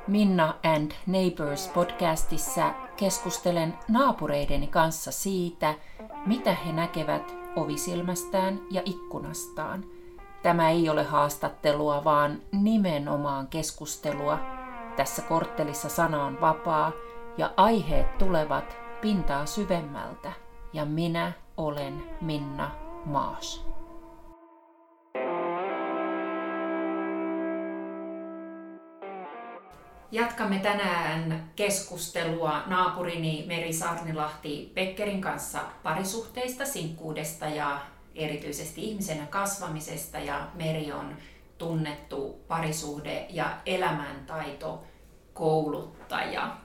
Minna and Neighbors podcastissa keskustelen naapureideni kanssa siitä, mitä he näkevät ovisilmästään ja ikkunastaan. Tämä ei ole haastattelua, vaan nimenomaan keskustelua. Tässä korttelissa sana on vapaa ja aiheet tulevat pintaa syvemmältä. Ja minä olen Minna Maas. Jatkamme tänään keskustelua naapurini Meri Saarnilahti-Beckerin kanssa parisuhteista, sinkkuudesta ja erityisesti ihmisenä kasvamisesta. Ja Meri on tunnettu parisuhde- ja elämäntaitokouluttaja.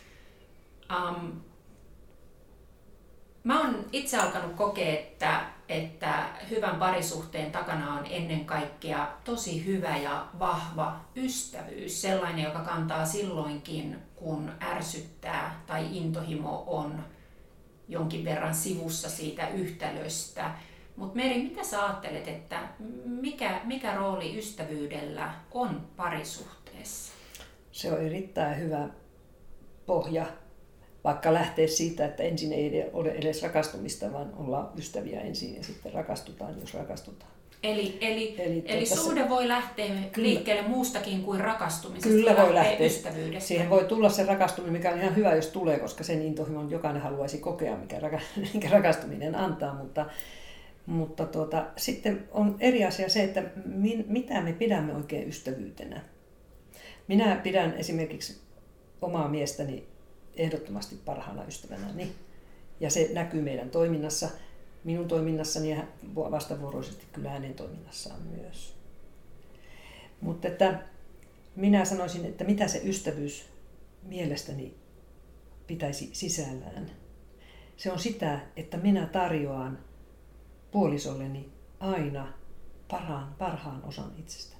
Mä oon itse alkanut kokea, että hyvän parisuhteen takana on ennen kaikkea tosi hyvä ja vahva ystävyys. Sellainen, joka kantaa silloinkin, kun ärsyttää tai intohimo on jonkin verran sivussa siitä yhtälöstä. Mutta Meri, mitä sä ajattelet, että mikä rooli ystävyydellä on parisuhteessa? Se on erittäin hyvä pohja. Vaikka lähtee siitä, että ensin ei ole edes rakastumista, vaan ollaan ystäviä ensin ja sitten rakastutaan, jos rakastutaan. Eli suhde voi lähteä liikkeelle muustakin kuin rakastumisesta. Kyllä voi lähteä ystävyydestä. Siihen voi tulla se rakastuminen, mikä on ihan hyvä, jos tulee, koska sen intohimon jokainen haluaisi kokea, mikä rakastuminen antaa. Mutta sitten on eri asia se, että mitä me pidämme oikein ystävyytenä. Minä pidän esimerkiksi omaa miestäni ehdottomasti parhaana ystävänäni. Ja se näkyy meidän toiminnassa, minun toiminnassani ja vastavuoroisesti kyllä hänen toiminnassaan myös. Mutta että minä sanoisin, että mitä se ystävyys mielestäni pitäisi sisällään. Se on sitä, että minä tarjoan puolisolleni aina parhaan osan itsestäni.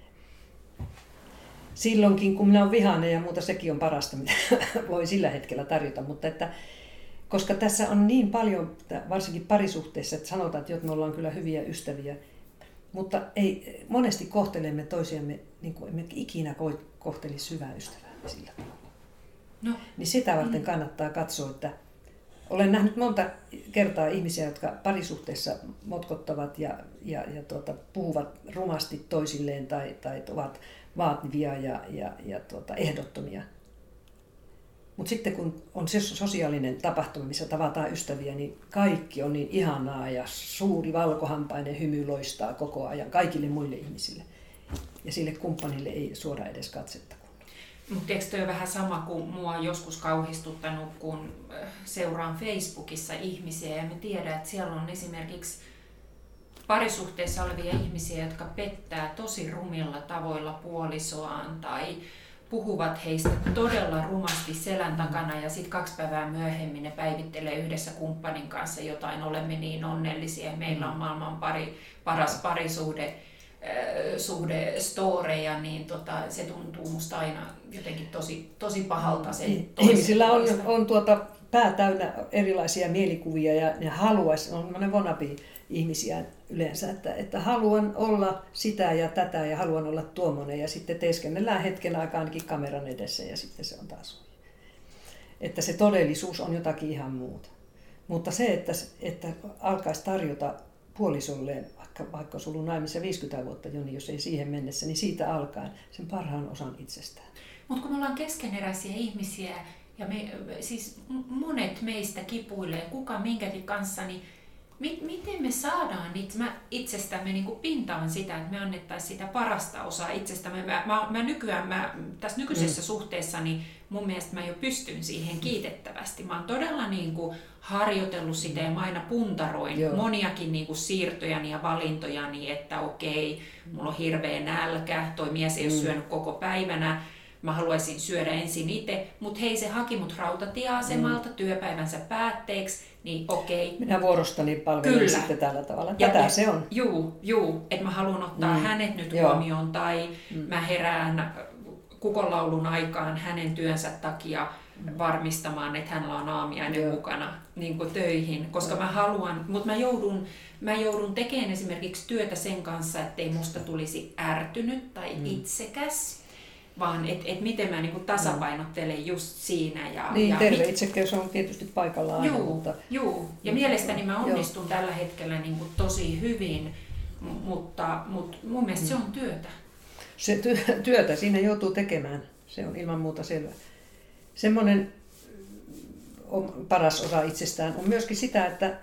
Silloinkin, kun minä olen vihainen ja muuta, sekin on parasta, mitä voi sillä hetkellä tarjota. Mutta koska tässä on niin paljon, varsinkin parisuhteessa, että sanotaan, että me ollaan kyllä hyviä ystäviä, mutta monesti kohtelemme toisiamme niin kuin emme ikinä kohtelisi hyvää ystävää sillä tavalla. No. Niin sitä varten kannattaa katsoa, että olen nähnyt monta kertaa ihmisiä, jotka parisuhteessa motkottavat ja puhuvat rumasti toisilleen tai ovat vaativia ja ehdottomia. Mutta sitten kun on se sosiaalinen tapahtuma, missä tavataan ystäviä, niin kaikki on niin ihanaa ja suuri valkohampainen hymy loistaa koko ajan kaikille muille ihmisille. Ja sille kumppanille ei suora edes katsetta. Mutta eikö toi vähän sama kuin mua on joskus kauhistuttanut, kun seuraan Facebookissa ihmisiä ja me tiedän, että siellä on esimerkiksi parisuhteessa olevia ihmisiä, jotka pettää tosi rumilla tavoilla puolisoaan tai puhuvat heistä todella rumasti selän takana ja sitten 2 päivää myöhemmin ne päivittelee yhdessä kumppanin kanssa jotain, olemme niin onnellisia ja meillä on maailman paras parisuhde storeja, niin se tuntuu musta aina jotenkin tosi pahalta. Ihmisillä on pää täynnä erilaisia mielikuvia ja haluaisi, on wannabe-ihmisiä yleensä, että haluan olla sitä ja tätä ja haluan olla tuommoinen ja sitten teeskennellään hetken aikaa ainakin kameran edessä ja sitten se on taas ohi. Että se todellisuus on jotakin ihan muuta. Mutta se, että alkaisi tarjota puolisolleen, vaikka sulla on naimissa 50 vuotta jo, niin jos ei siihen mennessä, niin siitä alkaen sen parhaan osan itsestään. Mutta kun me ollaan keskeneräisiä ihmisiä ja siis monet meistä kipuilee, kuka minkäkin kanssa, niin miten me saadaan itsestämme niin kuin pintaan sitä, että me annettaisiin sitä parasta osaa itsestämme. Mä tässä nykyisessä suhteessa, niin mun mielestä mä jo pystyn siihen kiitettävästi. Mä oon todella niin kuin harjoitellut sitä ja mä aina puntaroin moniakin niin kuin siirtojani ja valintojani, että okei, mulla on hirveä nälkä, toi mies ei ole syönyt koko päivänä. Mä haluaisin syödä ensin itse, mutta hei, se haki mut rautatieasemalta työpäivänsä päätteeksi, niin okei. Minä vuorostani palvelen sitten tällä tavalla. Tätä se on. Juu, että mä haluan ottaa hänet nyt huomioon tai mä herään kukonlaulun aikaan hänen työnsä takia varmistamaan, että hänellä on aamiainen mukana niin kuin töihin, koska mä haluan, mutta mä joudun tekemään esimerkiksi työtä sen kanssa, ettei musta tulisi ärtynyt tai itsekäs. vaan miten mä niin kuin tasapainottelen just siinä. Niin, terve itsekäys on tietysti paikallaan aina. Ja mielestäni mä onnistun tällä hetkellä niin kuin tosi hyvin, mutta mun mielestä se on työtä. Se työtä siinä joutuu tekemään, se on ilman muuta selvä. Semmoinen on paras osa itsestään on myöskin sitä, että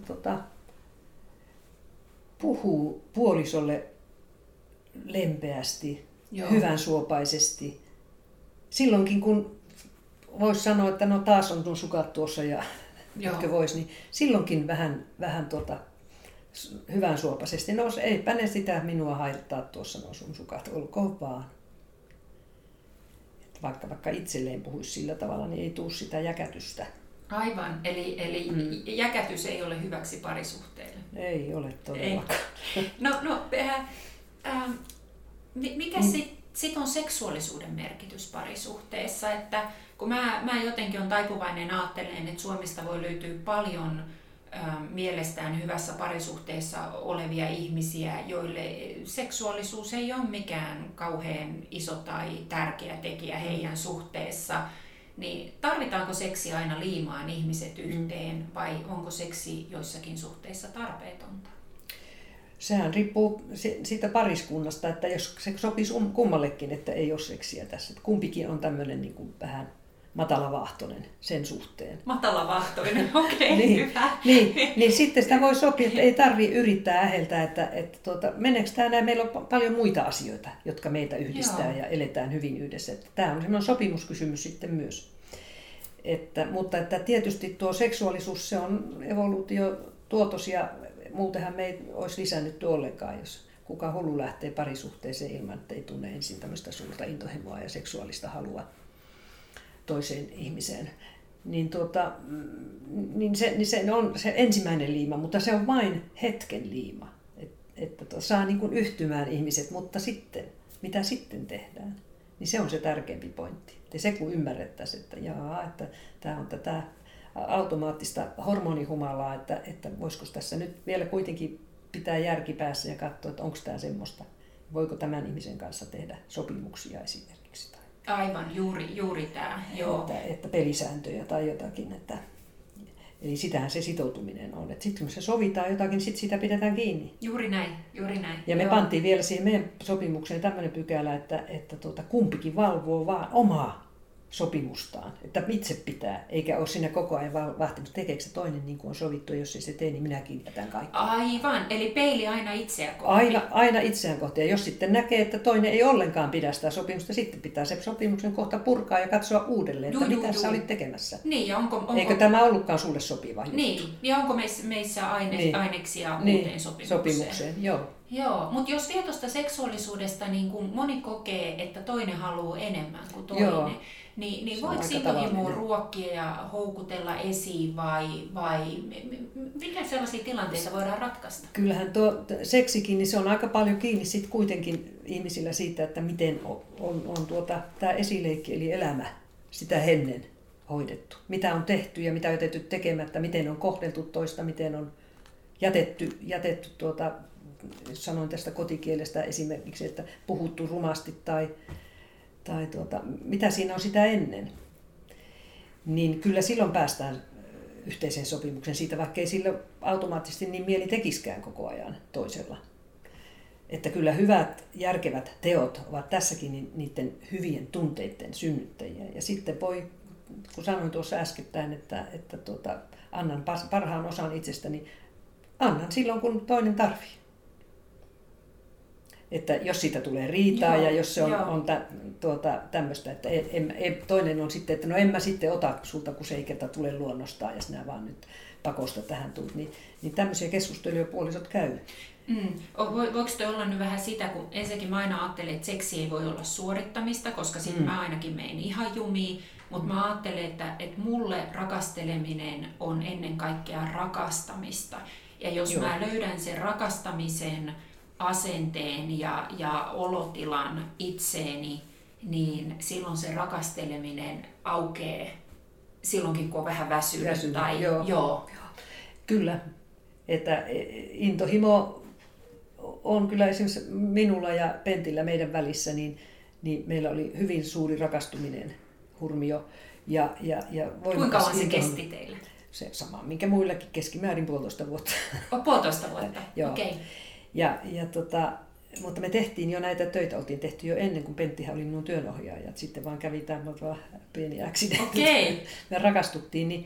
puhuu puolisolle lempeästi, hyvän suopaisesti. Silloinkin kun voisi sanoa, että no taas on tuon sukat tuossa ja ehkä voisi, niin silloinkin vähän hyvän suopaisesti. No eipä ne sitä minua haittaa tuossa no sun sukat, olkoon vaan. Vaikka itselleen puhuisi sillä tavalla, niin ei tule sitä jäkätystä. Aivan, eli jäkätys ei ole hyväksi parisuhteelle. Ei ole todellakaan. Mikä sit on seksuaalisuuden merkitys parisuhteessa? Että kun mä jotenkin on taipuvainen ajattelemaan, että Suomesta voi löytyä paljon mielestään hyvässä parisuhteessa olevia ihmisiä, joille seksuaalisuus ei ole mikään kauhean iso tai tärkeä tekijä heidän suhteessa. Niin tarvitaanko seksi aina liimaan ihmiset yhteen vai onko seksi joissakin suhteissa tarpeetonta? Sehän riippuu siitä pariskunnasta, että jos se sopii kummallekin, että ei ole seksiä tässä. Kumpikin on tämmöinen niin kuin vähän matalavahtoinen sen suhteen. Matalavahtoinen, okei, niin, hyvä. Niin sitten sitä voi sopia, että ei tarvitse yrittää äheltää, että meneekö tämä näin. Meillä on paljon muita asioita, jotka meitä yhdistää ja eletään hyvin yhdessä. Että tämä on semmoinen sopimuskysymys sitten myös. Mutta tietysti tuo seksuaalisuus, se on evoluutiotuotos ja muutenhan me ei olisi lisännyt ollenkaan, jos kuka hullu lähtee parisuhteeseen ilman, että ei tunne ensin tämmöistä suurta intohimoa ja seksuaalista halua toiseen ihmiseen. Se on se ensimmäinen liima, mutta se on vain hetken liima. Että saa niin kuin yhtymään ihmiset, mutta sitten, mitä sitten tehdään, niin se on se tärkeämpi pointti. Ja se kun ymmärrettäisiin, että tämä on tätä automaattista hormonihumalaa, että voisiko tässä nyt vielä kuitenkin pitää järki päässä ja katsoa, että onko tämä semmoista, voiko tämän ihmisen kanssa tehdä sopimuksia esimerkiksi. Aivan, juuri tämä. Joo. Että pelisääntöjä tai jotakin. Eli sitähän se sitoutuminen on. Sitten kun se sovitaan jotakin, sitten sitä pidetään kiinni. Juuri näin. Ja me pantiin vielä siihen meidän sopimukseen tämmöinen pykälä, että kumpikin valvoo vaan omaa sopimustaan. Että itse pitää, eikä ole siinä koko ajan vahtimassa. Tekeekö se toinen niin kuin on sovittu, jos ei se tee, niin minäkin jätän kaikki. Aivan, eli peili aina itseään kohti. Aina itseään kohti. Ja jos sitten näkee, että toinen ei ollenkaan pidä sitä sopimusta, sitten pitää se sopimuksen kohta purkaa ja katsoa uudelleen, että mitä sä olit tekemässä. Niin, ja onko... Eikö tämä ollutkaan sulle sopiva juttu? Niin, ja onko meissä aineksia uuteen sopimukseen? Joo, mutta jos vielä tuosta seksuaalisuudesta niin kun moni kokee, että toinen haluaa enemmän kuin toinen, niin voiko intohimoa ruokkia ja houkutella esiin vai miten sellaisia tilanteita voidaan ratkaista? Kyllähän tuo seksikin, niin se on aika paljon kiinni sit kuitenkin ihmisillä siitä, että miten on tämä esileikki eli elämä sitä ennen hoidettu. Mitä on tehty ja mitä on jätetty tekemättä, miten on kohdeltu toista, miten on jätetty sanoin tästä kotikielestä esimerkiksi, että puhuttu rumasti tai mitä siinä on sitä ennen, niin kyllä silloin päästään yhteiseen sopimukseen siitä, vaikka ei sillä automaattisesti niin mieli tekiskään koko ajan toisella. Että kyllä hyvät, järkevät teot ovat tässäkin niiden hyvien tunteiden synnyttäjiä. Ja sitten voi, kun sanoin tuossa äskettäin, että annan parhaan osan itsestäni, annan silloin kun toinen tarvitsee. Että jos siitä tulee riitaa ja jos se on tämmöistä, että toinen on sitten, että no en mä sitten ota sulta, kun se ei kerta tule luonnostaan ja sinä vaan nyt pakosta tähän tulet, niin tämmöisiä keskusteluja puolisot käy. Voiko toi olla nyt vähän sitä, kun ensinnäkin mä aina ajattelen, että seksi ei voi olla suorittamista, koska sitten mä ainakin menen ihan jumiin, mutta mä ajattelen, että mulle rakasteleminen on ennen kaikkea rakastamista. Ja jos mä löydän sen rakastamisen asenteen ja olotilan itseeni, niin silloin se rakasteleminen aukeaa silloinkin, kun on vähän väsynyt. Joo. Kyllä, että intohimo on kyllä esimerkiksi minulla ja Pentillä meidän välissä, niin niin meillä oli hyvin suuri rakastuminen, hurmio. Ja kuinka kauan se kesti teille? Se sama, minkä muillakin keskimäärin 1,5 vuotta. 1,5 vuotta, okei. Okay. Mutta me tehtiin jo näitä töitä, oltiin tehty jo ennen kuin Penttihän oli minun työnohjaaja. Sitten vaan kävi tämmöinen pieni accidentti. Okay. Me rakastuttiin,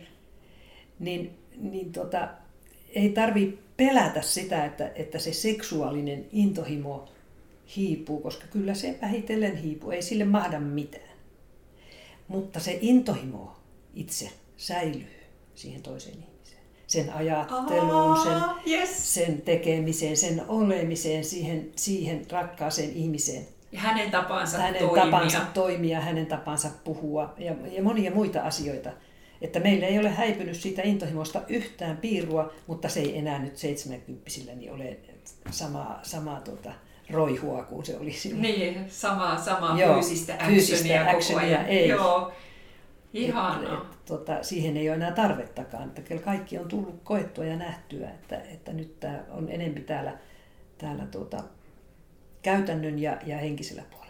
ei tarvitse pelätä sitä, että se seksuaalinen intohimo hiipuu, koska kyllä se vähitellen hiipuu, ei sille mahda mitään. Mutta se intohimo itse säilyy siihen toiseen ihmiseen. Sen ajatteluun, sen tekemiseen, sen olemiseen, siihen rakkaaseen ihmiseen. Ja hänen tapansa toimia, hänen tapansa puhua ja monia muita asioita. Että meillä ei ole häipynyt siitä intohimosta yhtään piirua, mutta se ei enää nyt 70-vuotiailla ole samaa roihua kuin se oli silloin. Niin, samaa fyysistä actionia ei. Joo. Ihanaa. Siihen ei ole enää tarvettakaan. Että kaikki on tullut koettua ja nähtyä, että nyt tämä on enemmän täällä käytännön ja henkisellä puolella.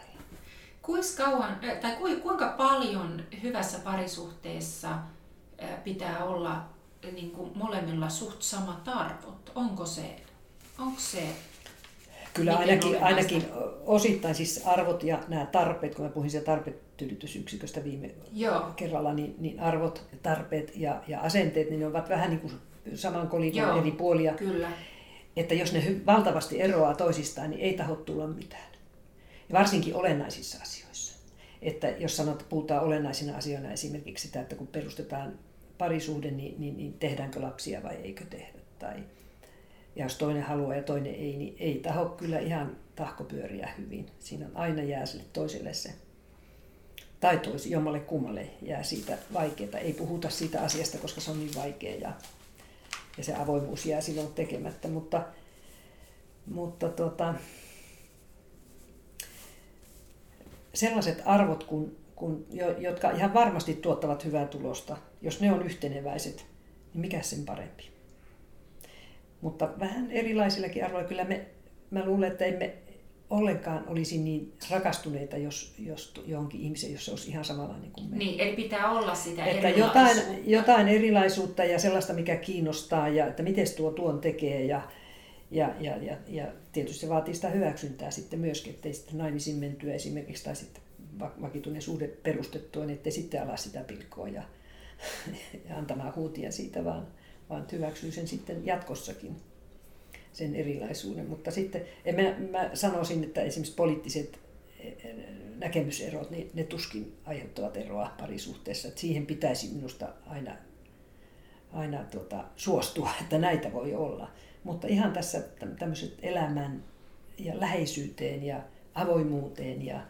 Kuinka paljon hyvässä parisuhteessa pitää olla niin kuin molemmilla suht samat arvot? Onko se kyllä ainakin osittain siis arvot ja nämä tarpeet, kun mä puhuin siellä tarpetyydytysyksiköstä viime kerralla, niin arvot, tarpeet ja asenteet, niin ne ovat vähän niin kuin saman kolikon eri puolia. Kyllä. Että jos ne valtavasti eroaa toisistaan, niin ei tahdo tulla mitään. Ja varsinkin olennaisissa asioissa. Että jos puhutaan olennaisina asioina esimerkiksi sitä, että kun perustetaan parisuhde, niin tehdäänkö lapsia vai eikö tehdä. Ja jos toinen haluaa ja toinen ei, niin ei tahdo kyllä ihan tahkopyöriä hyvin. Siinä aina jää sille toiselle se. Tai jommalle kummalle jää siitä vaikeaa. Ei puhuta siitä asiasta, koska se on niin vaikea ja se avoimuus jää silloin tekemättä. Mutta sellaiset arvot, jotka ihan varmasti tuottavat hyvää tulosta, jos ne on yhteneväiset, niin mikä sen parempi? Mutta vähän erilaisillakin arvoilla. Kyllä mä luulen, että emme ollenkaan olisi niin rakastuneita, jos johonkin ihmiseen, jos se olisi ihan samanlainen kuin me. Niin, eli pitää olla sitä että erilaisuutta. Jotain erilaisuutta ja sellaista, mikä kiinnostaa ja että miten tuon tekee ja tietysti se vaatii sitä hyväksyntää sitten myöskin, ettei sitten naimisiin mentyä esimerkiksi tai sitten vakituinen suhde perustettua, niin ettei sitten ala sitä pilkkoa ja antamaan huutia siitä, vaan hyväksyy sen sitten jatkossakin, sen erilaisuuden. Mutta sitten mä sanoisin, että esimerkiksi poliittiset näkemyserot, niin ne tuskin aiheuttavat eroa parisuhteessa. Että siihen pitäisi minusta aina suostua, että näitä voi olla. Mutta ihan tässä tämmöiset elämän ja läheisyyteen ja avoimuuteen ja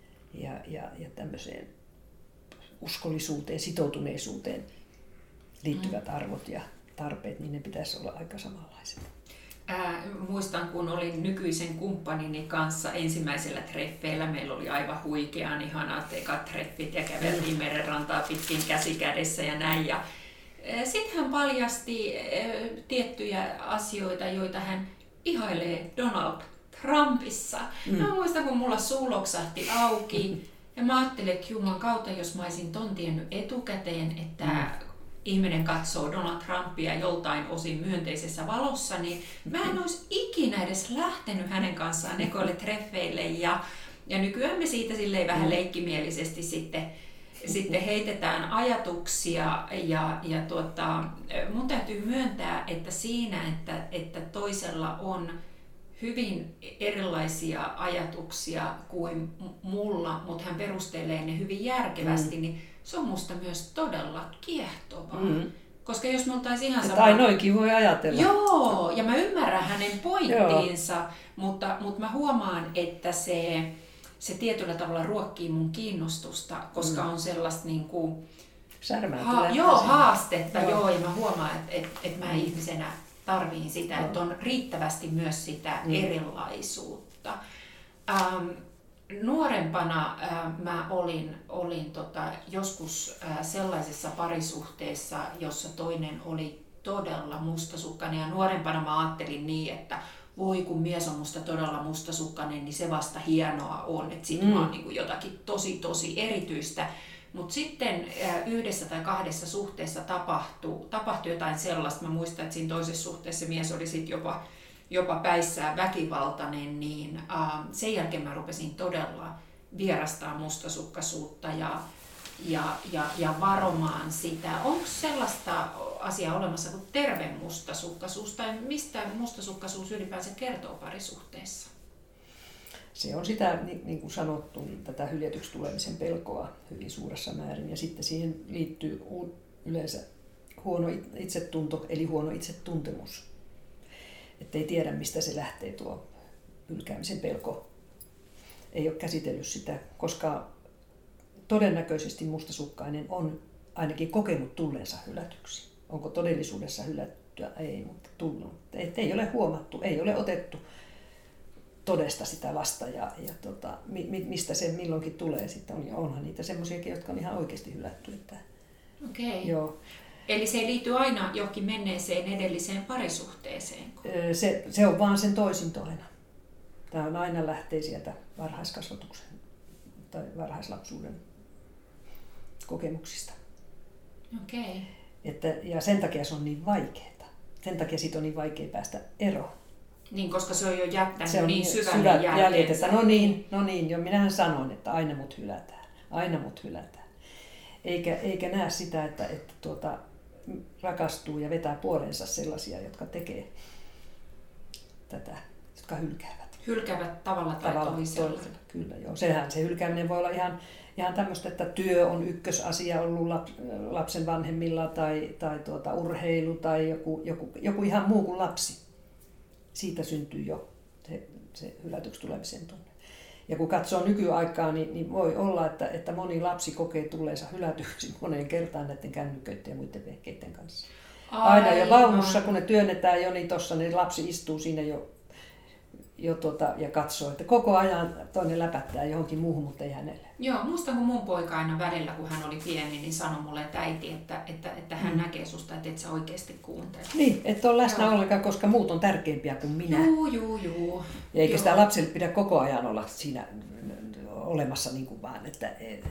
tämmöiseen uskollisuuteen, sitoutuneisuuteen liittyvät arvot ja tarpeet, niin ne pitäisi olla aika samanlaiset. Muistan, kun olin nykyisen kumppanini kanssa ensimmäisellä treffeillä. Meillä oli aivan huikean ihanat ekat treffit ja käveltiin merenrantaa pitkin käsi kädessä ja näin. Sitten hän paljasti tiettyjä asioita, joita hän ihailee Donald Trumpissa. Mä muistan, kun mulla suu loksahti auki ja mä ajattelin, että Jumalan kautta, jos mä olisin ton tiennyt etukäteen, että ihminen katsoo Donald Trumpia joltain osin myönteisessä valossa, niin mä en olisi ikinä edes lähtenyt hänen kanssaan ekoille treffeille. Ja nykyään me siitä silleen vähän leikkimielisesti sitten heitetään ajatuksia ja mun täytyy myöntää, että siinä, että toisella on hyvin erilaisia ajatuksia kuin mulla, mutta hän perustelee ne hyvin järkevästi, niin se on musta myös todella kiehtovaa. Koska jos me oltaisiin ihan sama... Tai noinkin voi ajatella. Joo, ja mä ymmärrän hänen pointtiinsa, mutta mä huomaan, että se tietyllä tavalla ruokkii mun kiinnostusta, koska on sellaista niinku haastetta, ja mä huomaan, että mä ihmisenä tarviin sitä, että on riittävästi myös sitä erilaisuutta. Nuorempana mä olin joskus sellaisessa parisuhteessa, jossa toinen oli todella mustasukkainen, ja nuorempana mä ajattelin niin, että voi kun mies on musta todella mustasukkainen, niin se vasta hienoa on, että sit mä oon niin kuin jotakin tosi erityistä. Mutta sitten yhdessä tai kahdessa suhteessa tapahtui jotain sellaista. Mä muistan, että siinä toisessa suhteessa se mies oli sit jopa päissään väkivaltainen, niin sen jälkeen mä rupesin todella vierastaa mustasukkaisuutta ja varomaan sitä. Onko sellaista asiaa olemassa kuin terve mustasukkaisuus, tai mistä mustasukkaisuus ylipäänsä kertoo parisuhteessa? Se on sitä, niin kuin sanottu, niin tätä hyljätyksi tulemisen pelkoa hyvin suuressa määrin. Ja sitten siihen liittyy yleensä huono itsetunto, eli huono itsetuntemus. Että ei tiedä, mistä se lähtee tuo hylkäämisen pelko. Ei ole käsitellyt sitä, koska todennäköisesti mustasukkainen on ainakin kokenut tulleensa hylätyksi. Onko todellisuudessa hylättyä? Ei, mutta tullut. Ei ole huomattu, ei ole otettu todesta sitä lasta ja mistä se milloinkin tulee. Sitten onhan niitä semmoisiakin, jotka on ihan oikeasti hylätty. Okei. Joo. Eli se liittyy aina johonkin menneeseen edelliseen parisuhteeseen? Se on vaan sen toisintoina. Tämä on aina lähtee sieltä varhaiskasvatuksen tai varhaislapsuuden kokemuksista. Okei. Ja sen takia se on niin vaikeaa. Sen takia siitä on niin vaikea päästä eroon. Niin, koska se on jo jättänyt niin syvälle jälkeensä. No niin, jo minähän sanoin, että aina mut hylätään. Eikä näe sitä, että rakastuu ja vetää puoleensa sellaisia, jotka tekee tätä, jotka hylkäävät. Hylkäävät tavalla tai toisella. Kyllä, joo. Sehän se hylkääminen voi olla ihan tämmöistä, että työ on ykkösasia ollut lapsen vanhemmilla tai urheilu tai joku ihan muu kuin lapsi. Siitä syntyy jo se hylätyksi tulemisen tunne. Ja kun katsoo nykyaikaa, niin voi olla, että moni lapsi kokee tulleensa hylätyksi moneen kertaan näiden kännyköiden ja muiden vehkeiden kanssa. Aina jo vaunussa, kun ne työnnetään jo, niin tuossa ne lapsi istuu siinä jo ja katsoo, että koko ajan toinen läpättää johonkin muuhun, mutta ei hänelle. Joo, muistan kun mun poika aina välillä, kun hän oli pieni, niin sanoi mulle, että äiti, että hän näkee susta, että et sä oikeasti kuuntele. Niin, et ole läsnä ollenkaan, koska muut on tärkeimpiä kuin minä. Joo. Ja eikä sitä lapselle pidä koko ajan olla siinä olemassa niin kuin vaan, että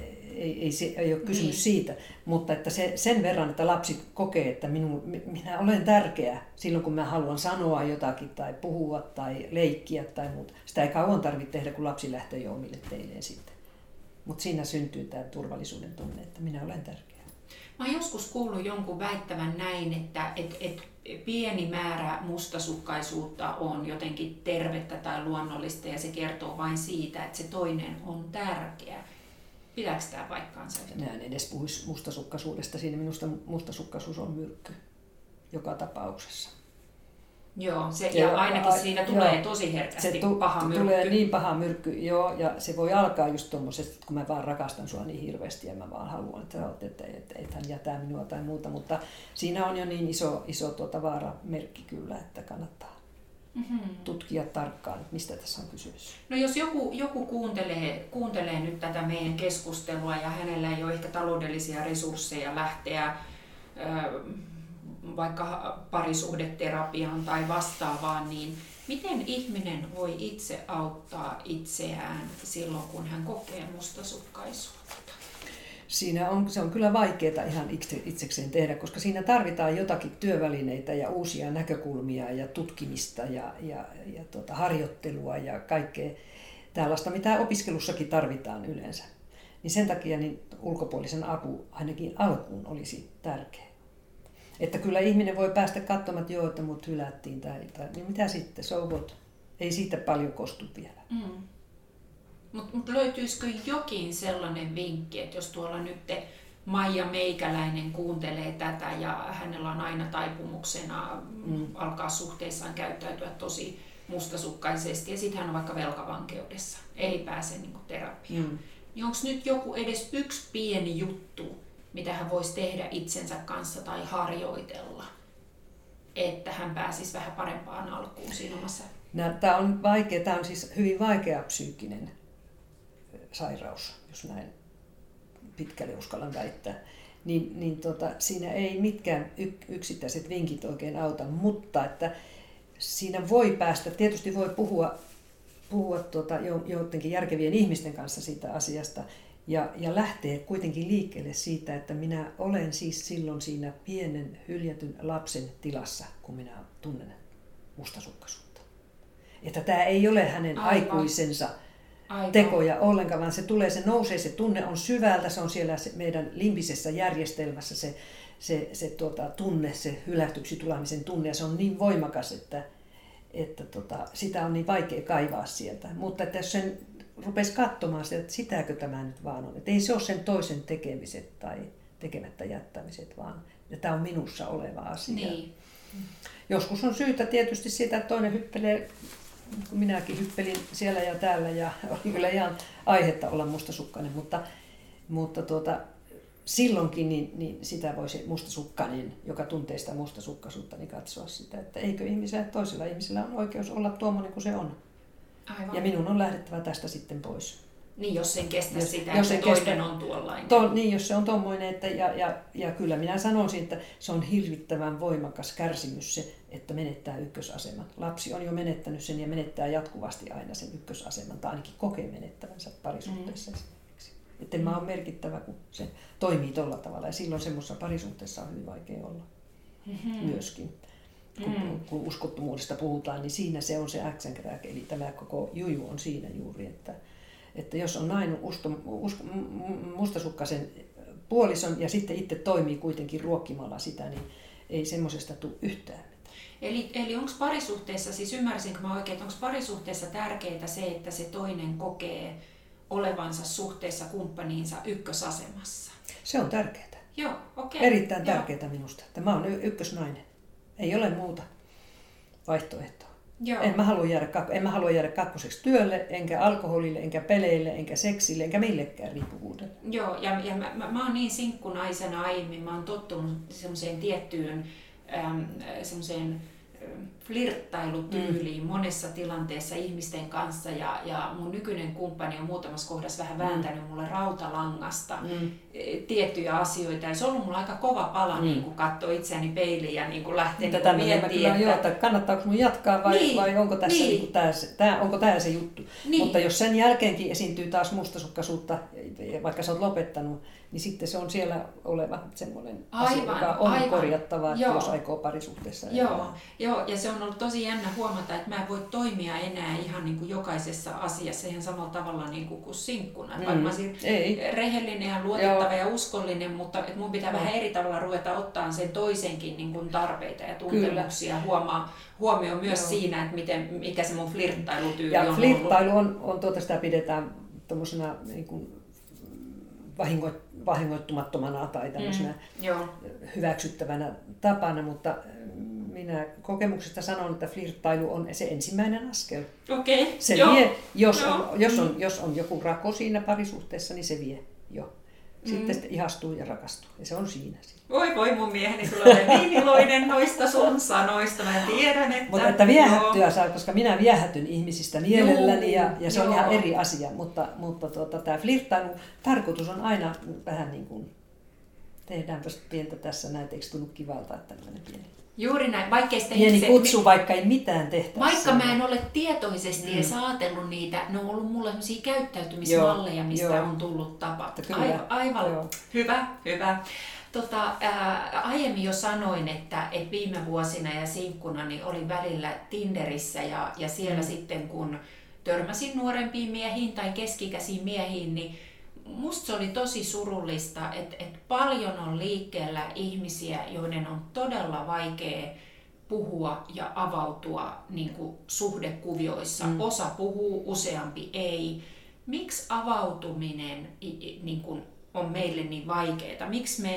ei ole kysymys siitä, mutta että sen verran, että lapsi kokee, että minä olen tärkeä silloin, kun mä haluan sanoa jotakin tai puhua tai leikkiä tai muuta. Sitä ei kauan tarvitse tehdä, kun lapsi lähtee jo omille teilleen sitten. Mutta siinä syntyy tämä turvallisuuden tunne, että minä olen tärkeä. Mä oon joskus kuullut jonkun väittävän näin, että pieni määrä mustasukkaisuutta on jotenkin tervettä tai luonnollista ja se kertoo vain siitä, että se toinen on tärkeä. Pitääkö tämä paikkaansa? Minä en edes puhuisi mustasukkaisuudesta. Siinä minusta mustasukkaisuus on myrkky joka tapauksessa. Joo, ja ainakin siinä tulee tosi herkästi paha myrkky. Tulee niin paha myrkky, joo, ja se voi alkaa just tuommoisesta, kun mä vaan rakastan sua niin hirveästi ja mä vaan haluan, että et hän jätä minua tai muuta, mutta siinä on jo niin iso vaaramerkki kyllä, että kannattaa tutkia tarkkaan, että mistä tässä on kysymys. No jos joku kuuntelee nyt tätä meidän keskustelua ja hänellä ei ole ehkä taloudellisia resursseja lähteä vaikka parisuhdeterapiaan tai vastaavaan, niin miten ihminen voi itse auttaa itseään silloin, kun hän kokee mustasukkaisuutta? Se on kyllä vaikeaa ihan itsekseen tehdä, koska siinä tarvitaan jotakin työvälineitä ja uusia näkökulmia ja tutkimista ja harjoittelua ja kaikkea tällaista, mitä opiskelussakin tarvitaan yleensä. Niin sen takia niin ulkopuolisen apu ainakin alkuun olisi tärkeä. Että kyllä ihminen voi päästä katsomaan, että joo, että mut hylättiin tai niin mitä sitten, so what? Ei siitä paljon kostu vielä. Mutta löytyisikö jokin sellainen vinkki, että jos tuolla nyt Maija Meikäläinen kuuntelee tätä ja hänellä on aina taipumuksena alkaa suhteessaan käyttäytyä tosi mustasukkaisesti ja sitten hän on vaikka velkavankeudessa, ei pääse terapiaan. Niin onko nyt joku edes yksi pieni juttu, mitä hän voisi tehdä itsensä kanssa tai harjoitella, että hän pääsisi vähän parempaan alkuun siinä omassa? Tämä on vaikea, tämä on siis hyvin vaikea psyykkinen sairaus, jos näin pitkälle uskallan väittää. Siinä ei mitkään yksittäiset vinkit oikein auta, mutta että siinä voi päästä, tietysti voi puhua joidenkin järkevien ihmisten kanssa siitä asiasta ja lähteä kuitenkin liikkeelle siitä, että minä olen siis silloin siinä pienen hyljätyn lapsen tilassa, kun minä tunnen mustasukkaisuutta. Että tämä ei ole hänen aikuisensa tekoja ollenkaan, vaan se tulee, se nousee, se tunne on syvältä, se on siellä meidän limbisessä järjestelmässä se tunne, se hylätyksi tulemisen tunne, ja se on niin voimakas, että sitä on niin vaikea kaivaa sieltä. Mutta että jos sen rupesi katsomaan sitä, että sitäkö tämä nyt vaan on, että ei se ole sen toisen tekemiset tai tekemättä jättämiset, vaan tämä on minussa oleva asia. Niin. Joskus on syytä tietysti siitä, että toinen hyppelee, kun minäkin hyppelin siellä ja täällä ja oli kyllä ihan aihetta olla mustasukkainen, mutta silloinkin niin sitä voisi mustasukkainen, joka tuntee sitä mustasukkaisuutta, niin katsoa sitä, että eikö toisella ihmisellä on oikeus olla tuommoinen kuin se on. Aivan. Ja minun on lähdettävä tästä sitten pois. Niin, jos sen kestä sitä, jos että toinen on tuollainen. Niin, jos se on tuommoinen, ja kyllä minä sanoisin, että se on hirvittävän voimakas kärsimys se, että menettää ykkösaseman. Lapsi on jo menettänyt sen ja menettää jatkuvasti aina sen ykkösaseman, tai ainakin kokee menettävänsä parisuhteessa esimerkiksi. Että mä oon merkittävä, kun se toimii tolla tavalla, ja silloin semmoisessa parisuhteessa on hyvin vaikea olla myöskin. Kun uskottomuudesta puhutaan, niin siinä se on se äksänkräke, eli tämä koko juju on siinä juuri, että jos on nainen mustasukkaisen puolison ja sitten itse toimii kuitenkin ruokkimalla sitä, niin ei semmoisesta tule yhtään mitään. Eli onko parisuhteessa, siis ymmärsinkö mä oikein, että onko parisuhteessa tärkeää se, että se toinen kokee olevansa suhteessa kumppaniinsa ykkösasemassa? Se on tärkeää. Joo, okei. Erittäin tärkeää minusta, että mä oon ykkösnainen. Ei ole muuta vaihtoehtoa. Joo. En mä halua jäädä kakkoseksi työlle, enkä alkoholille, enkä peleille, enkä seksille, enkä millekään riippuvuudelle. Joo, ja mä oon niin sinkkunaisena aiemmin, mä oon tottunut semmoiseen tiettyyn semmoiseen flirttailutyyliin monessa tilanteessa ihmisten kanssa, ja mun nykyinen kumppani on muutamassa kohdassa vähän vääntänyt mulle rautalangasta tiettyjä asioita, ja se on ollut mulla aika kova pala niin kun katsoo itseäni peiliin ja niin lähtee miettimään, että kannattaako mun jatkaa vai onko tässä onko tämä se juttu. Niin. Mutta jos sen jälkeenkin esiintyy taas mustasukkaisuutta, vaikka sä oot lopettanut, niin sitten se on siellä oleva semmoinen asia, joka on korjattava, jos aikoo parisuhteessa. Joo, ja se on ollut tosi jännä huomata, että mä en voi toimia enää ihan niin kuin jokaisessa asiassa ihan samalla tavalla niin kuin sinkkuna. Vaikka mä olisin rehellinen ja luotettava ja uskollinen, mutta että mun pitää vähän eri tavalla ruveta ottaa sen toisenkin niin kuin tarpeita ja tuntemuksia huomioon myös siinä, että mikä se mun flirttailutyyli on. Ja flirttailu on sitä pidetään tommosena niin kuin vahingoittumattomana tai tämmöisenä hyväksyttävänä tapana, mutta minä kokemuksesta sanon, että flirttailu on se ensimmäinen askel. Okei. Se vie, jos on joku rako siinä parisuhteessa, niin se vie jo. Sitten ihastuu ja rakastuu, ja se on siinä. Voi mun mieheni, sulla on niin iloinen noista sun sanoista, mä tiedän, että... Mutta että viehättyä saa, koska minä viehätyn ihmisistä mielelläni, ja se on ihan eri asia, mutta tämä flirttailun tarkoitus on aina vähän niin kuin, tehdäänpäs pientä tässä näin, eikö tunnu kivalta, että tämmöinen pieni... Juuri näin, vaikkei sitä pieni kutsu, vaikka ei mitään tehtäisi. Vaikka mä en ole tietoisesti edes ajatellut niitä, ne on ollut mulle sellaisia käyttäytymismalleja, mistä on tullut tapa. Aivan. Hyvä. Aiemmin jo sanoin, että viime vuosina ja sinkkuna niin olin välillä Tinderissä ja siellä sitten kun törmäsin nuorempiin miehiin tai keski-ikäisiin miehiin, niin musta se oli tosi surullista, että paljon on liikkeellä ihmisiä, joiden on todella vaikea puhua ja avautua niin kuin suhdekuvioissa. Osa puhuu, useampi ei. Miksi avautuminen niin kuin on meille niin vaikeaa?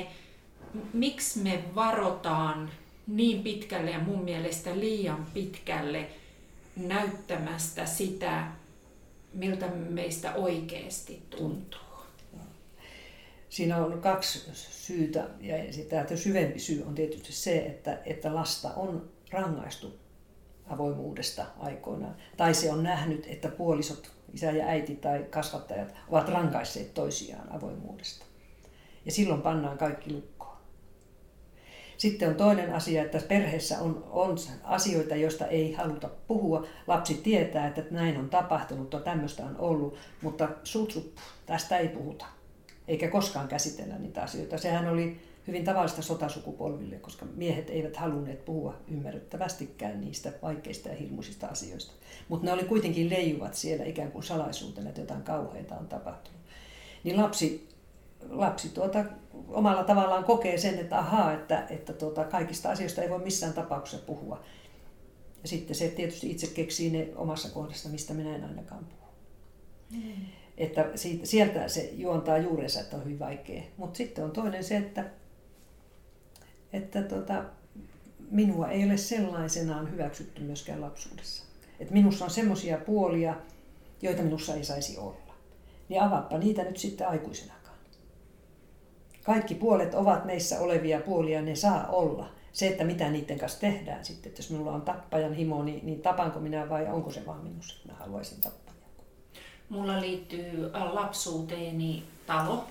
Miksi me varotaan niin pitkälle ja mun mielestä liian pitkälle näyttämästä sitä, miltä meistä oikeasti tuntuu? Siinä on kaksi syytä, ja sitä syvempi syy on tietysti se, että lasta on rangaistu avoimuudesta aikoinaan. Tai se on nähnyt, että puolisot, isä ja äiti tai kasvattajat ovat rankaisseet toisiaan avoimuudesta. Ja silloin pannaan kaikki lukkoon. Sitten on toinen asia, että perheessä on asioita, joista ei haluta puhua. Lapsi tietää, että näin on tapahtunut, tämmöistä on ollut, mutta tästä ei puhuta. Eikä koskaan käsitellä niitä asioita. Sehän oli hyvin tavallista sotasukupolville, koska miehet eivät halunneet puhua ymmärrettävästikään niistä vaikeista ja hirmuisista asioista. Mutta ne oli kuitenkin leijuvat siellä ikään kuin salaisuutena, että jotain kauheita on tapahtunut. Niin lapsi omalla tavallaan kokee sen, että ahaa, että kaikista asioista ei voi missään tapauksessa puhua. Ja sitten se tietysti itse keksii ne omassa kohdassa, mistä minä en ainakaan puhu. Että sieltä se juontaa juurensa, että on hyvin vaikea. Mutta sitten on toinen se, että minua ei ole sellaisenaan hyväksytty myöskään lapsuudessa. Että minussa on semmoisia puolia, joita minussa ei saisi olla. Niin avaappa niitä nyt sitten aikuisenakaan. Kaikki puolet ovat meissä olevia puolia, ne saa olla. Se, että mitä niiden kanssa tehdään sitten, että jos minulla on tappajan himo, niin tapanko minä vai onko se vaan minussa, että minä haluaisin tappaa. Mulla liittyy lapsuuteeni talo,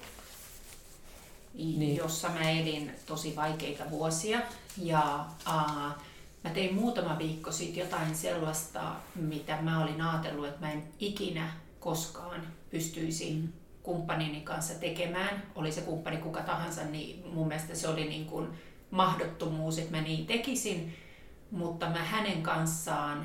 jossa mä elin tosi vaikeita vuosia. Ja mä tein muutama viikko sitten jotain sellaista, mitä mä olin ajatellut, että mä en ikinä koskaan pystyisi kumppanini kanssa tekemään. Oli se kumppani kuka tahansa, niin mun mielestä se oli niin kuin mahdottomuus, että mä niin tekisin. Mutta mä hänen kanssaan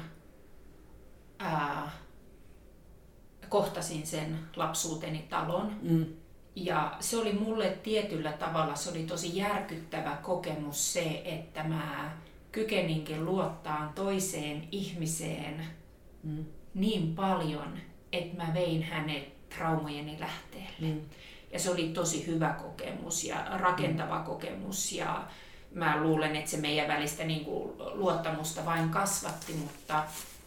kohtasin sen lapsuuteni talon. Ja se oli mulle tietyllä tavalla, se oli tosi järkyttävä kokemus se, että mä kykeninkin luottaa toiseen ihmiseen niin paljon, että mä vein hänet traumojeni lähteelle. Ja se oli tosi hyvä kokemus ja rakentava kokemus. Ja mä luulen, että se meidän välistä niin kuin luottamusta vain kasvatti, mutta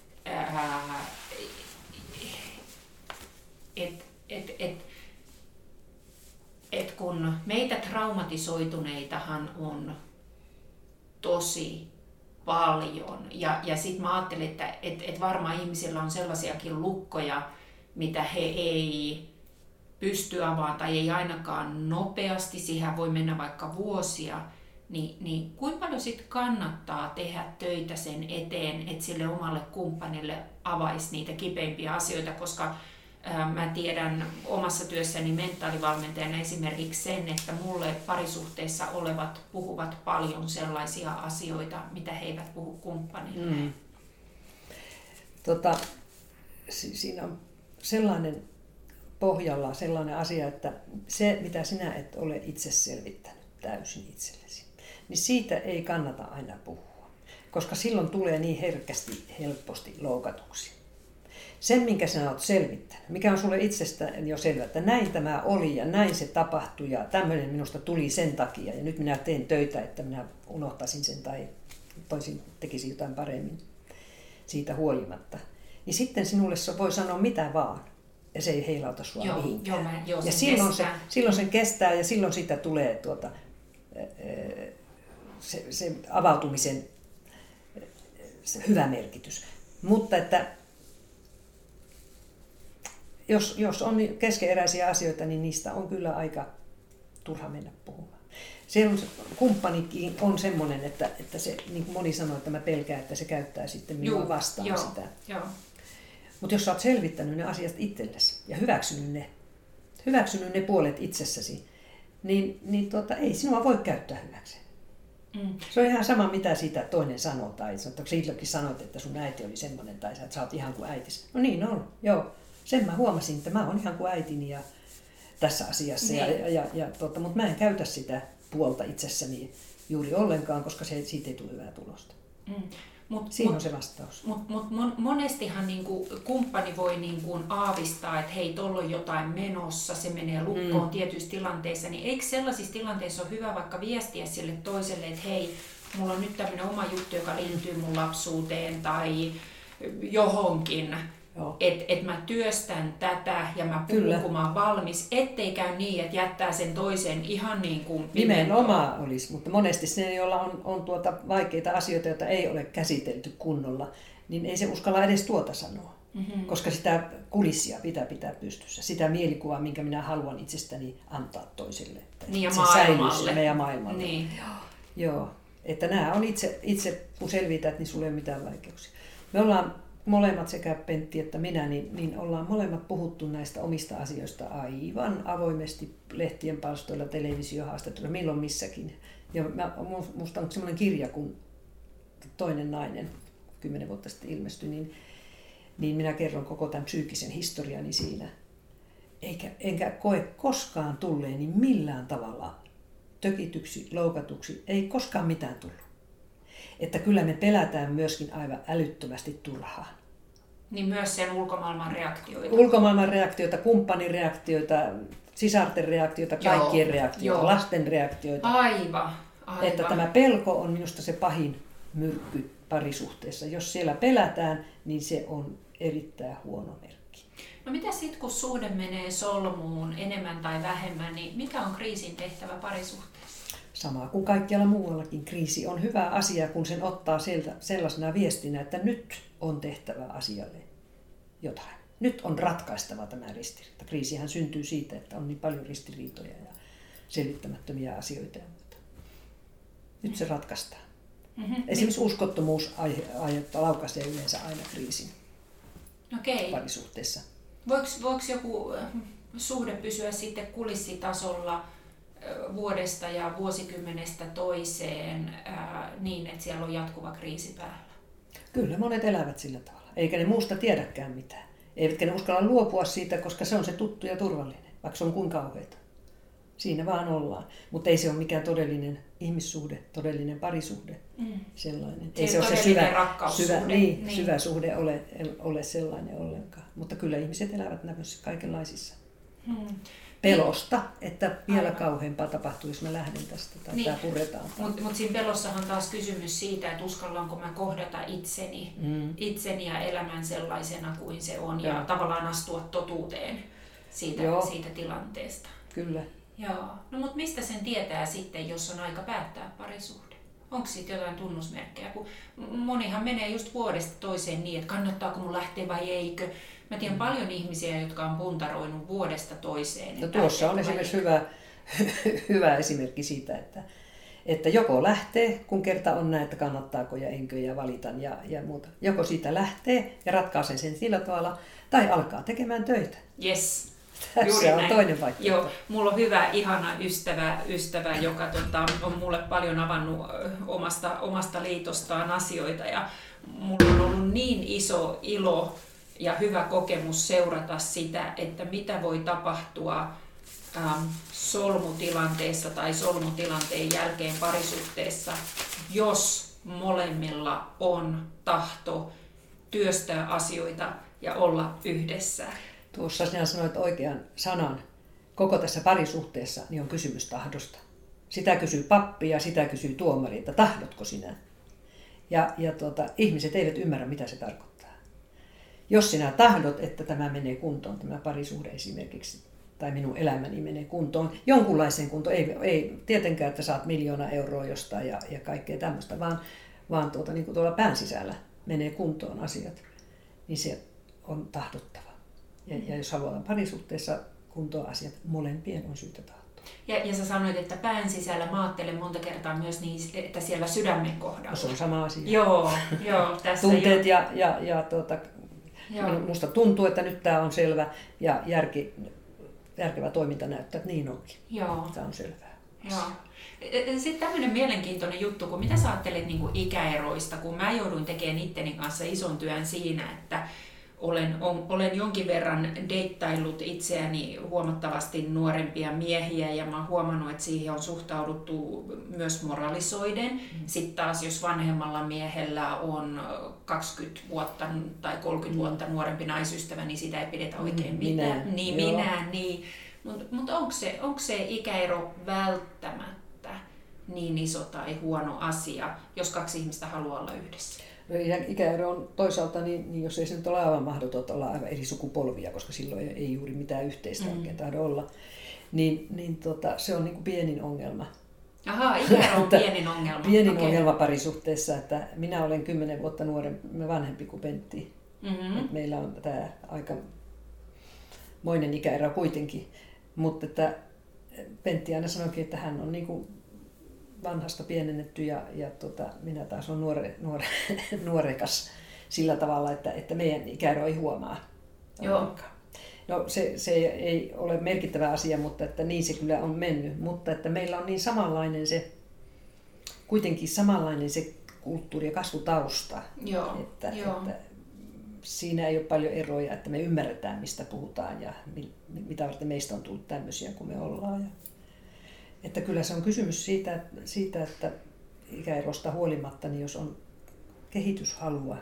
kun meitä traumatisoituneitahan on tosi paljon ja sitten mä ajattelin, että varmaan ihmisillä on sellaisiakin lukkoja, mitä he ei pysty avaamaan tai ei ainakaan nopeasti, siihen voi mennä vaikka vuosia, niin kuinka paljon sitten kannattaa tehdä töitä sen eteen, että sille omalle kumppanille avaisi niitä kipeimpiä asioita, koska mä tiedän omassa työssäni mentaalivalmentajana esimerkiksi sen, että mulle parisuhteessa olevat puhuvat paljon sellaisia asioita, mitä he eivät puhu kumppanille. Siinä on sellainen pohjalla sellainen asia, että se mitä sinä et ole itse selvittänyt täysin itsellesi, niin siitä ei kannata aina puhua, koska silloin tulee niin helposti loukatuksi. Sen, minkä sinä olet selvittänyt, mikä on sulle itsestään jo selvä, että näin tämä oli ja näin se tapahtui ja tämmöinen minusta tuli sen takia ja nyt minä teen töitä, että minä unohtaisin sen tai tekisin jotain paremmin siitä huolimatta. Niin sitten sinulle se voi sanoa mitä vaan ja se ei heilauta sua mihinkään. Ja silloin sen kestää ja silloin siitä tulee se avautumisen se hyvä merkitys. Mutta että jos on keskeneräisiä asioita, niin niistä on kyllä aika turha mennä puhumaan. Kumppanikin on semmoinen, että se, niin kuin moni sanoo, että mä pelkään, että se käyttää sitten minua vastaan sitä. Mutta jos sä oot selvittänyt ne asiat itsellesi ja hyväksynyt ne puolet itsessäsi, niin ei sinua voi käyttää hyväksi. Se on ihan sama, mitä siitä toinen sanoo, tai silloinkin sanoit, että sun äiti oli semmoinen, tai sä oot ihan kuin äitisi. No niin on, joo. Sen mä huomasin, että mä oon ihan kuin äitini ja tässä asiassa, mutta mä en käytä sitä puolta itsessäni juuri ollenkaan, koska siitä ei tule hyvää tulosta. Siinä on se vastaus. Mutta monestihan niinku kumppani voi niinku aavistaa, että hei, tuolla on jotain menossa, se menee lukkoon tietyissä tilanteissa, niin eikö sellaisissa tilanteissa ole hyvä vaikka viestiä sille toiselle, että hei, mulla on nyt tämmöinen oma juttu, joka liittyy mun lapsuuteen tai johonkin. Että mä työstän tätä ja mä puhun, kun mä oon valmis, ettei käy niin, että jättää sen toisen ihan niin kuin nimenomaan olisi, mutta monesti se, joilla on vaikeita asioita, joita ei ole käsitelty kunnolla, niin ei se uskalla edes tuota sanoa. Koska sitä kulissia pitää pystyssä, sitä mielikuvaa, minkä minä haluan itsestäni antaa toiselle. Niin ja maailmalle. Ja maailmalle. Niin. Joo. Että nämä on itse kun selvität, niin sulla ei ole mitään vaikeuksia. Me ollaan molemmat, sekä Pentti että minä, niin ollaan molemmat puhuttu näistä omista asioista aivan avoimesti lehtien palstoilla, televisiohaastatteluilla, milloin missäkin. Ja musta on semmoinen kirja, kun Toinen nainen 10 vuotta sitten ilmestyi, niin minä kerron koko tämän psyykkisen historiani siinä. Enkä koe koskaan tulleeni millään tavalla tökityksi, loukatuksi, ei koskaan mitään tullut. Että kyllä me pelätään myöskin aivan älyttömästi turhaan. Niin myös sen ulkomaailman reaktioita. Ulkomaailman reaktioita, kumppanin reaktioita, sisarten reaktioita, kaikkien reaktioita, lasten reaktioita. Aivan. Että tämä pelko on minusta se pahin myrkky parisuhteessa. Jos siellä pelätään, niin se on erittäin huono merkki. No mitä sitten, kun suhde menee solmuun enemmän tai vähemmän, niin mikä on kriisin tehtävä parisuhteessa? Samaa kuin kaikkialla muuallakin. Kriisi on hyvä asia, kun sen ottaa sieltä sellaisena viestinä, että nyt on tehtävä asialle jotain. Nyt on ratkaistava tämä ristiriita. Kriisihän syntyy siitä, että on niin paljon ristiriitoja ja selittämättömiä asioita. Nyt se ratkaistaan. Esimerkiksi uskottomuus laukaisee yleensä aina kriisin parisuhteessa. Voiko joku suhde pysyä sitten kulissitasolla vuodesta ja vuosikymmenestä toiseen niin, että siellä on jatkuva kriisi päällä? Kyllä, monet elävät sillä tavalla. Eikä ne muusta tiedäkään mitään. Eivätkä ne uskalla luopua siitä, koska se on se tuttu ja turvallinen, vaikka se on kuinka kauheita. Siinä vaan ollaan. Mutta ei se ole mikään todellinen ihmissuhde, todellinen parisuhde sellainen. Ei se ole se syvä suhde ole sellainen ollenkaan. Mutta kyllä ihmiset elävät näissä kaikenlaisissa. Pelosta, että vielä kauheampaa tapahtuu, jos mä lähden tästä tai tämä puretaan. Mutta siinä pelossahan taas kysymys siitä, että uskallanko mä kohdata itseni ja elämän sellaisena kuin se on ja tavallaan astua totuuteen siitä tilanteesta. Kyllä. Joo. No mutta mistä sen tietää sitten, jos on aika päättää parisuhde? Onko siitä jotain tunnusmerkkejä? Kun monihan menee just vuodesta toiseen niin, että kannattaako mun lähteä vai eikö. Mä tiedän paljon ihmisiä, jotka on puntaroinut vuodesta toiseen. No tuossa on esimerkiksi hyvä esimerkki siitä, että joko lähtee, kun kerta on näin, että kannattaako ja enkö ja valitan ja muuta. Joko siitä lähtee ja ratkaisee sen sillä tavalla, tai alkaa tekemään töitä. Yes. Tässä on toinen vaihtoehto. Joo, mulla on hyvä, ihana ystävä joka on mulle paljon avannut omasta liitostaan asioita. Ja mulla on ollut niin iso ilo ja hyvä kokemus seurata sitä, että mitä voi tapahtua solmutilanteessa tai solmutilanteen jälkeen parisuhteessa, jos molemmilla on tahto työstää asioita ja olla yhdessä. Tuossa sinä sanoit oikean sanan. Koko tässä parisuhteessa niin on kysymys tahdosta. Sitä kysyy pappi ja sitä kysyy tuomari, että tahdotko sinä? Ja ihmiset eivät ymmärrä, mitä se tarkoittaa. Jos sinä tahdot, että tämä menee kuntoon, tämä parisuhde esimerkiksi, tai minun elämäni menee kuntoon, jonkunlaiseen kuntoon, ei tietenkään, että saat 1 000 000 euroa jostain ja kaikkea tämmöistä, vaan niin kuin tuolla pään sisällä menee kuntoon asiat, niin se on tahdottava. Ja jos halutaan parisuhteessa kuntoon asiat, molempien on syytä tahtoa. Ja sä sanoit, että pään sisällä mä ajattelen monta kertaa myös niin, että siellä sydämen kohdalla. No, se on sama asia. Joo, tässä tunteet ja musta tuntuu, että nyt tämä on selvä ja järkevä toiminta näyttää, että niin onkin. Joo. Tämä on selvää. Joo. Sitten tämmöinen mielenkiintoinen juttu, kun mitä sä ajattelet niin kuin ikäeroista, kun mä jouduin tekemään itteni kanssa ison työn siinä, että olen jonkin verran deittaillut itseäni huomattavasti nuorempia miehiä ja mä oon huomannut, että siihen on suhtauduttu myös moralisoiden. Sitten taas jos vanhemmalla miehellä on 20 vuotta tai 30 vuotta nuorempi naisystävä, niin sitä ei pidetä oikein mitään. Niin. Mutta onko se ikäero välttämättä niin iso tai huono asia, jos 2 ihmistä haluaa olla yhdessä? Ikäero on toisaalta, niin jos ei se nyt ole aivan mahdotonta olla aivan eri sukupolvia, koska silloin ei juuri mitään yhteistä oikein tahdo olla, niin se on niin kuin pienin ongelma. Ahaa, ikäero on pienin ongelma. Pienin ongelma parisuhteessa, että minä olen 10 vuotta vanhempi kuin Pentti. Mm-hmm. Meillä on tämä aikamoinen ikäero kuitenkin, mutta että Pentti aina sanoikin, että hän on niin kuin vanhasta pienennetty ja minä taas olen nuorekas sillä tavalla, että meidän ikäero ei huomaa. Joo. No se ei ole merkittävä asia, mutta että niin se kyllä on mennyt. Mutta että meillä on niin kuitenkin samanlainen se kulttuuri ja kasvutausta. Joo. Että siinä ei ole paljon eroja, että me ymmärretään, mistä puhutaan ja mitä varten meistä on tullut tämmöisiä kuin me ollaan. Että kyllä se on kysymys siitä, että ikäerosta huolimatta, niin jos on kehityshalua,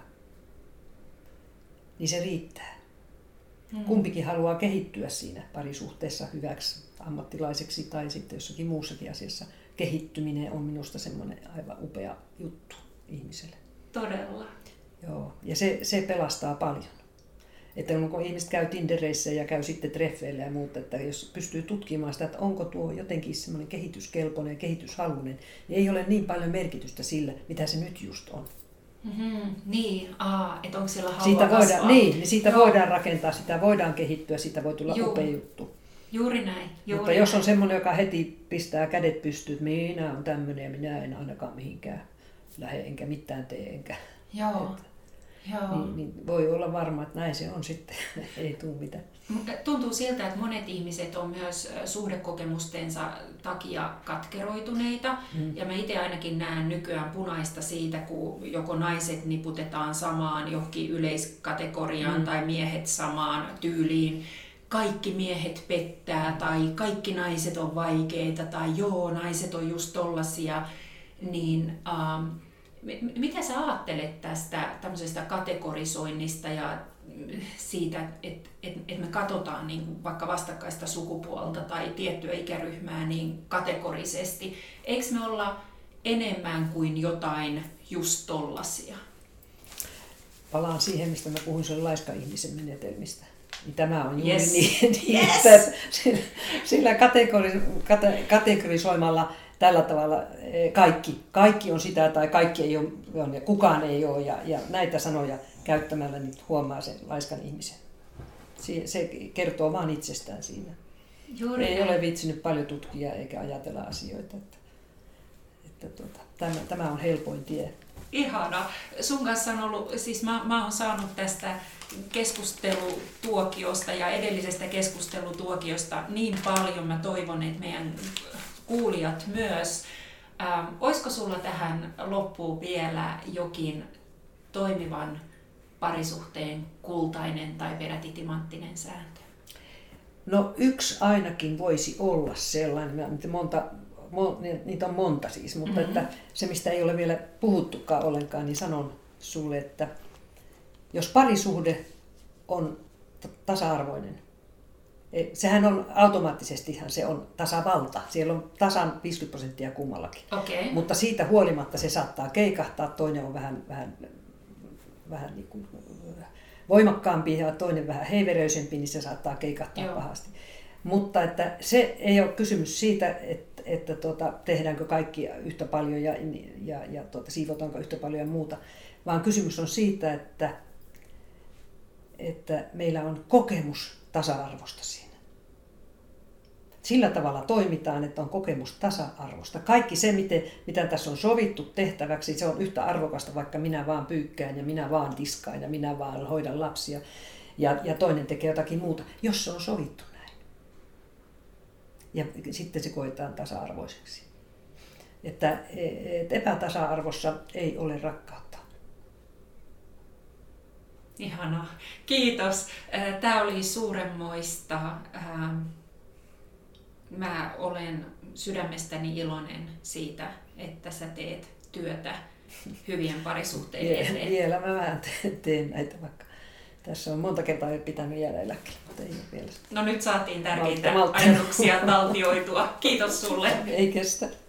niin se riittää. Kumpikin haluaa kehittyä siinä parisuhteessa hyväksi ammattilaiseksi tai sitten jossakin muussakin asiassa. Kehittyminen on minusta semmoinen aivan upea juttu ihmiselle. Todella. Joo, ja se pelastaa paljon. Että kun ihmiset käy Tindereissä ja käy sitten treffeillä ja muuta, että jos pystyy tutkimaan sitä, että onko tuo jotenkin semmoinen kehityskelpoinen ja kehityshaluinen, niin ei ole niin paljon merkitystä sillä, mitä se nyt just on. Niin, että onko siellä halua kasvaa. Siitä voidaan rakentaa, sitä voidaan kehittyä, siitä voi tulla upea juttu. Juuri näin. Mutta jos on semmoinen, joka heti pistää kädet pystyyn, että minä olen tämmöinen ja minä en ainakaan mihinkään lähde enkä mitään tee enkä. Joo. Niin voi olla varma, että näin se on sitten, ei tule mitään. Tuntuu siltä, että monet ihmiset on myös suhdekokemustensa takia katkeroituneita. Ja mä itse ainakin näen nykyään punaista siitä, kun joko naiset niputetaan samaan johonkin yleiskategoriaan tai miehet samaan tyyliin. Kaikki miehet pettää tai kaikki naiset on vaikeita tai naiset on just tollasia. Niin, mitä sä ajattelet tästä tämmöisestä kategorisoinnista ja siitä, että me katsotaan niin kuin vaikka vastakkaista sukupuolta tai tiettyä ikäryhmää niin kategorisesti? Eikö me olla enemmän kuin jotain just tollasia? Palaan siihen, mistä mä puhuin sen laiska-ihmisen menetelmistä. Niin tämä on juuri Yes. sillä kategorisoimalla tällä tavalla kaikki on sitä tai kaikki ei ole ja kukaan ei ole ja näitä sanoja käyttämällä niin huomaa sen laiskan ihmisen. Se kertoo vaan itsestään siinä. Ei ole viitsinyt paljon tutkia eikä ajatella asioita. Tämä on helpoin tie. Ihana. Sun kanssa on ollut, siis mä oon saanut tästä keskustelutuokiosta ja edellisestä keskustelutuokiosta niin paljon. Mä toivon, että meidän kuulijat myös. Olisiko sulla tähän loppuun vielä jokin toimivan parisuhteen kultainen tai peräti timanttinen sääntö? No yksi ainakin voisi olla sellainen, niitä on monta siis, mutta että se mistä ei ole vielä puhuttukaan ollenkaan, niin sanon sulle, että jos parisuhde on tasa-arvoinen, sehän on automaattisestihan se on tasavalta. Siellä on tasan 50% kummallakin. Okay. Mutta siitä huolimatta se saattaa keikahtaa. Toinen on vähän niin kuin voimakkaampi ja toinen vähän heiveröisempi, niin se saattaa keikahtaa pahasti. Mutta että se ei ole kysymys siitä, että tehdäänkö kaikki yhtä paljon ja siivotaanko yhtä paljon ja muuta, vaan kysymys on siitä, että meillä on kokemus tasa-arvosta siinä. Sillä tavalla toimitaan, että on kokemus tasa-arvosta. Kaikki se, mitä tässä on sovittu tehtäväksi, se on yhtä arvokasta, vaikka minä vaan pyykkään ja minä vaan tiskaan ja minä vaan hoidan lapsia ja toinen tekee jotakin muuta, jos se on sovittu näin. Ja sitten se koetaan tasa-arvoiseksi. Että epätasa-arvossa ei ole rakkautta. Ihanaa. Kiitos. Tämä oli suuremmoista. Mä olen sydämestäni iloinen siitä, että sä teet työtä hyvien parisuhteiden eteen. Vielä mä vähän teen näitä, vaikka tässä on monta kertaa pitänyt jäädä eläkkeelle, mutta ei ole vielä. No nyt saatiin tärkeitä ajatuksia taltioitua. Kiitos sulle. Ei kestä.